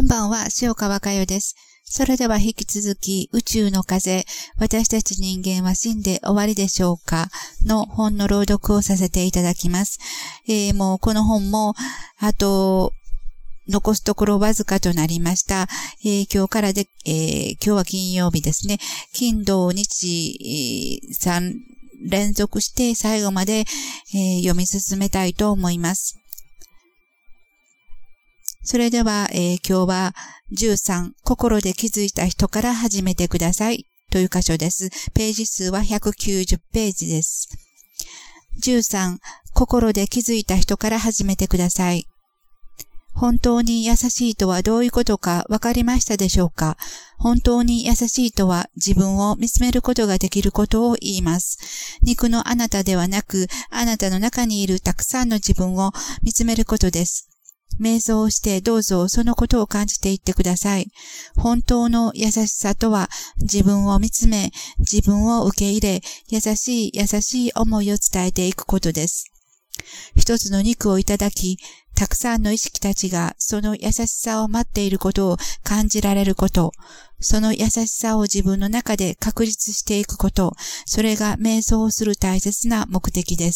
ばんは、塩川佳代です。それでは引き続き、宇宙の風、私たち人間は死んで終わりでしょうかの本の朗読をさせていただきます。もうこの本も、残すところわずかとなりました。今日は金曜日ですね。金土日3連続して最後まで、読み進めたいと思います。それでは、今日は13、心で気づいた人から始めてくださいという箇所です。ページ数は190ページです。13、心で気づいた人から始めてください。本当に優しいとはどういうことかわかりましたでしょうか？本当に優しいとは自分を見つめることができることを言います。肉のあなたではなく、あなたの中にいるたくさんの自分を見つめることです。瞑想をしてどうぞそのことを感じていってください。本当の優しさとは自分を見つめ、自分を受け入れ、優しい思いを伝えていくことです。一つの肉をいただき、たくさんの意識たちがその優しさを待っていることを感じられること、その優しさを自分の中で確立していくこと、それが瞑想をする大切な目的です。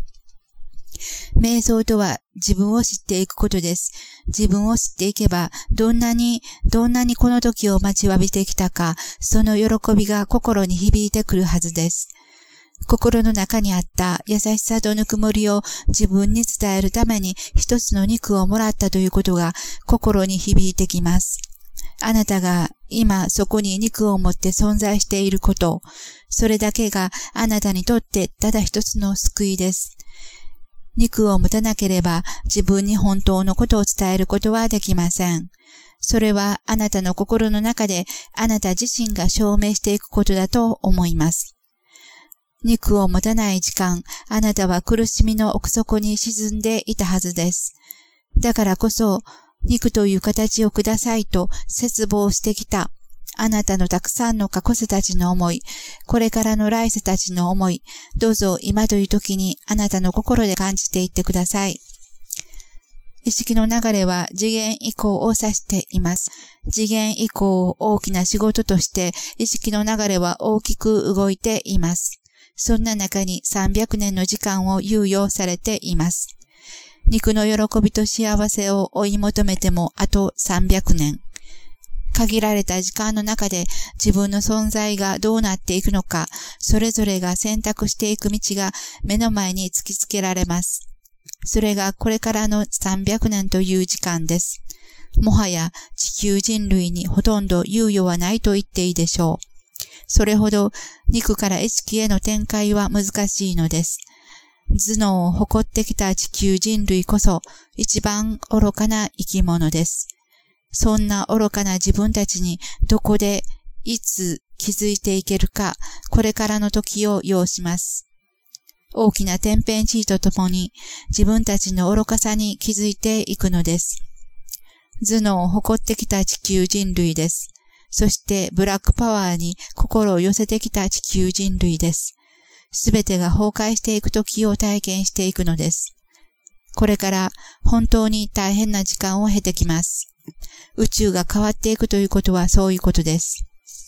瞑想とは自分を知っていくことです。自分を知っていけば、どんなにこの時を待ちわびてきたか、その喜びが心に響いてくるはずです。心の中にあった優しさとぬくもりを自分に伝えるために一つの肉をもらったということが心に響いてきます。あなたが今そこに肉を持って存在していること、それだけがあなたにとってただ一つの救いです。肉を持たなければ自分に本当のことを伝えることはできません。それはあなたの心の中であなた自身が証明していくことだと思います。肉を持たない時間、あなたは苦しみの奥底に沈んでいたはずです。だからこそ、肉という形をくださいと切望してきた。あなたのたくさんの過去世たちの思い、これからの来世たちの思い、どうぞ今という時にあなたの心で感じていってください。意識の流れは次元移行を指しています。次元移行を大きな仕事として意識の流れは大きく動いています。そんな中に300年の時間を猶予されています。肉の喜びと幸せを追い求めてもあと300年。限られた時間の中で自分の存在がどうなっていくのか、それぞれが選択していく道が目の前に突きつけられます。それがこれからの300年という時間です。もはや地球人類にほとんど猶予はないと言っていいでしょう。それほど肉から意識への展開は難しいのです。頭脳を誇ってきた地球人類こそ一番愚かな生き物です。そんな愚かな自分たちにどこでいつ気づいていけるか、これからの時を要します。大きな天変地異とともに自分たちの愚かさに気づいていくのです。頭脳を誇ってきた地球人類です。そしてブラックパワーに心を寄せてきた地球人類です。すべてが崩壊していく時を体験していくのです。これから本当に大変な時間を経てきます。宇宙が変わっていくということはそういうことです。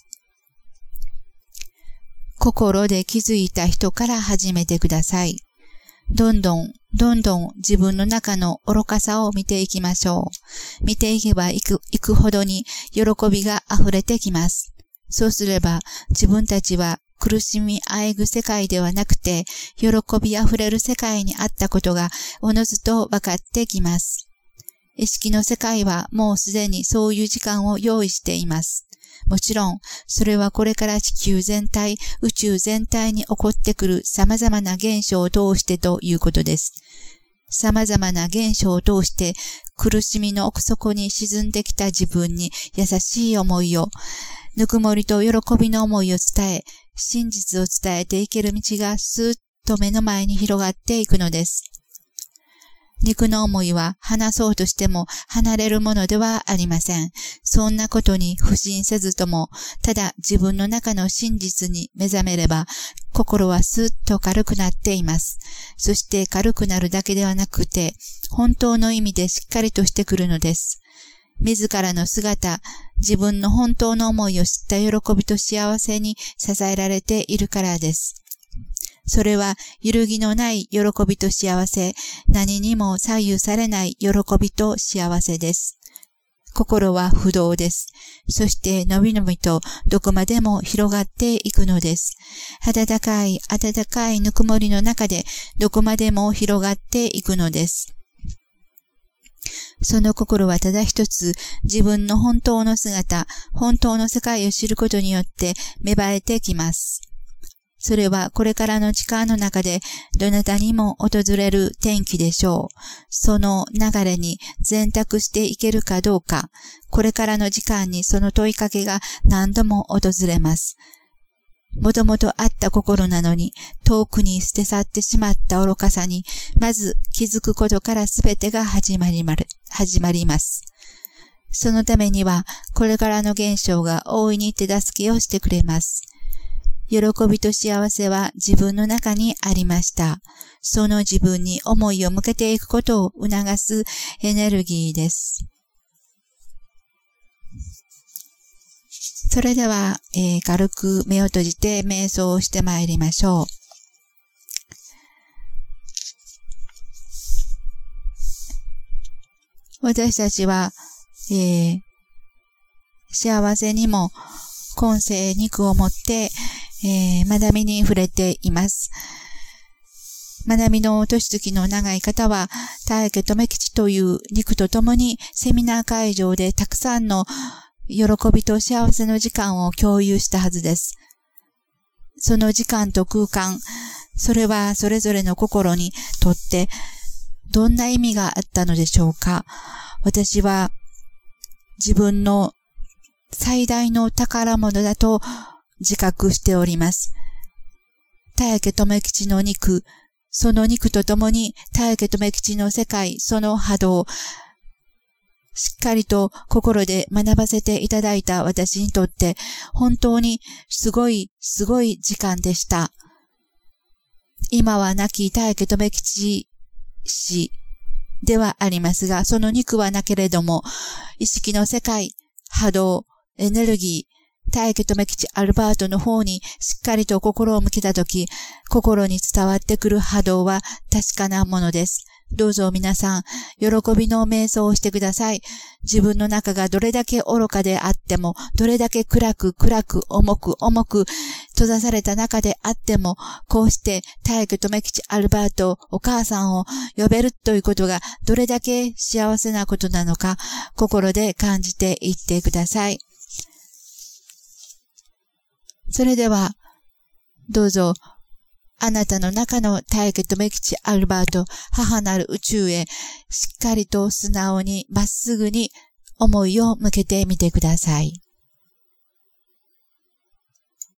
心で気づいた人から始めてください。どんどん自分の中の愚かさを見ていきましょう。見ていけばいくほどに喜びが溢れてきます。そうすれば自分たちは苦しみあえぐ世界ではなくて喜び溢れる世界にあったことがおのずと分かってきます。意識の世界はもうすでにそういう時間を用意しています。もちろん、それはこれから地球全体、宇宙全体に起こってくる様々な現象を通してということです。様々な現象を通して苦しみの奥底に沈んできた自分に優しい思いを、ぬくもりと喜びの思いを伝え、真実を伝えていける道がスーッと目の前に広がっていくのです。肉の思いは離そうとしても離れるものではありません。そんなことに不信せずとも、ただ自分の中の真実に目覚めれば、心はスーッと軽くなっています。そして軽くなるだけではなくて、本当の意味でしっかりとしてくるのです。 自らの姿、自分の本当の思いを知った喜びと幸せに支えられているからです。それは揺るぎのない喜びと幸せ、何にも左右されない喜びと幸せです。心は不動です。そしてのびのびとどこまでも広がっていくのです。暖かいぬくもりの中でどこまでも広がっていくのです。その心はただ一つ、自分の本当の姿、本当の世界を知ることによって芽生えてきます。それはこれからの時間の中でどなたにも訪れる転機でしょう。その流れに全託していけるかどうか、これからの時間にその問いかけが何度も訪れます。もともとあった心なのに遠くに捨て去ってしまった愚かさに、まず気づくことからすべてが始まります。そのためにはこれからの現象が大いに手助けをしてくれます。喜びと幸せは自分の中にありました。その自分に思いを向けていくことを促すエネルギーです。それでは、軽く目を閉じて瞑想をしてまいりましょう。私たちは、幸せにも今世肉を持って、学びに触れています。学びの年月の長い方は、大家留吉という肉と共にセミナー会場でたくさんの喜びと幸せの時間を共有したはずです。その時間と空間、それはそれぞれの心にとってどんな意味があったのでしょうか。私は自分の最大の宝物だと自覚しております。大家留吉の肉、その肉とともに大家留吉の世界、その波動、しっかりと心で学ばせていただいた私にとって本当にすごい時間でした。今は亡き大家留吉氏ではありますが、その肉はなけれども、意識の世界、波動、エネルギー、大家留吉アルバートの方にしっかりと心を向けたとき、心に伝わってくる波動は確かなものです。どうぞ皆さん、喜びの瞑想をしてください。自分の中がどれだけ愚かであっても、どれだけ暗く重く閉ざされた中であっても、こうして大家留吉アルバート、お母さんを呼べるということがどれだけ幸せなことなのか、心で感じていってください。それでは、どうぞ、あなたの中の大家留吉アルバート、母なる宇宙へ、しっかりと素直にまっすぐに思いを向けてみてください。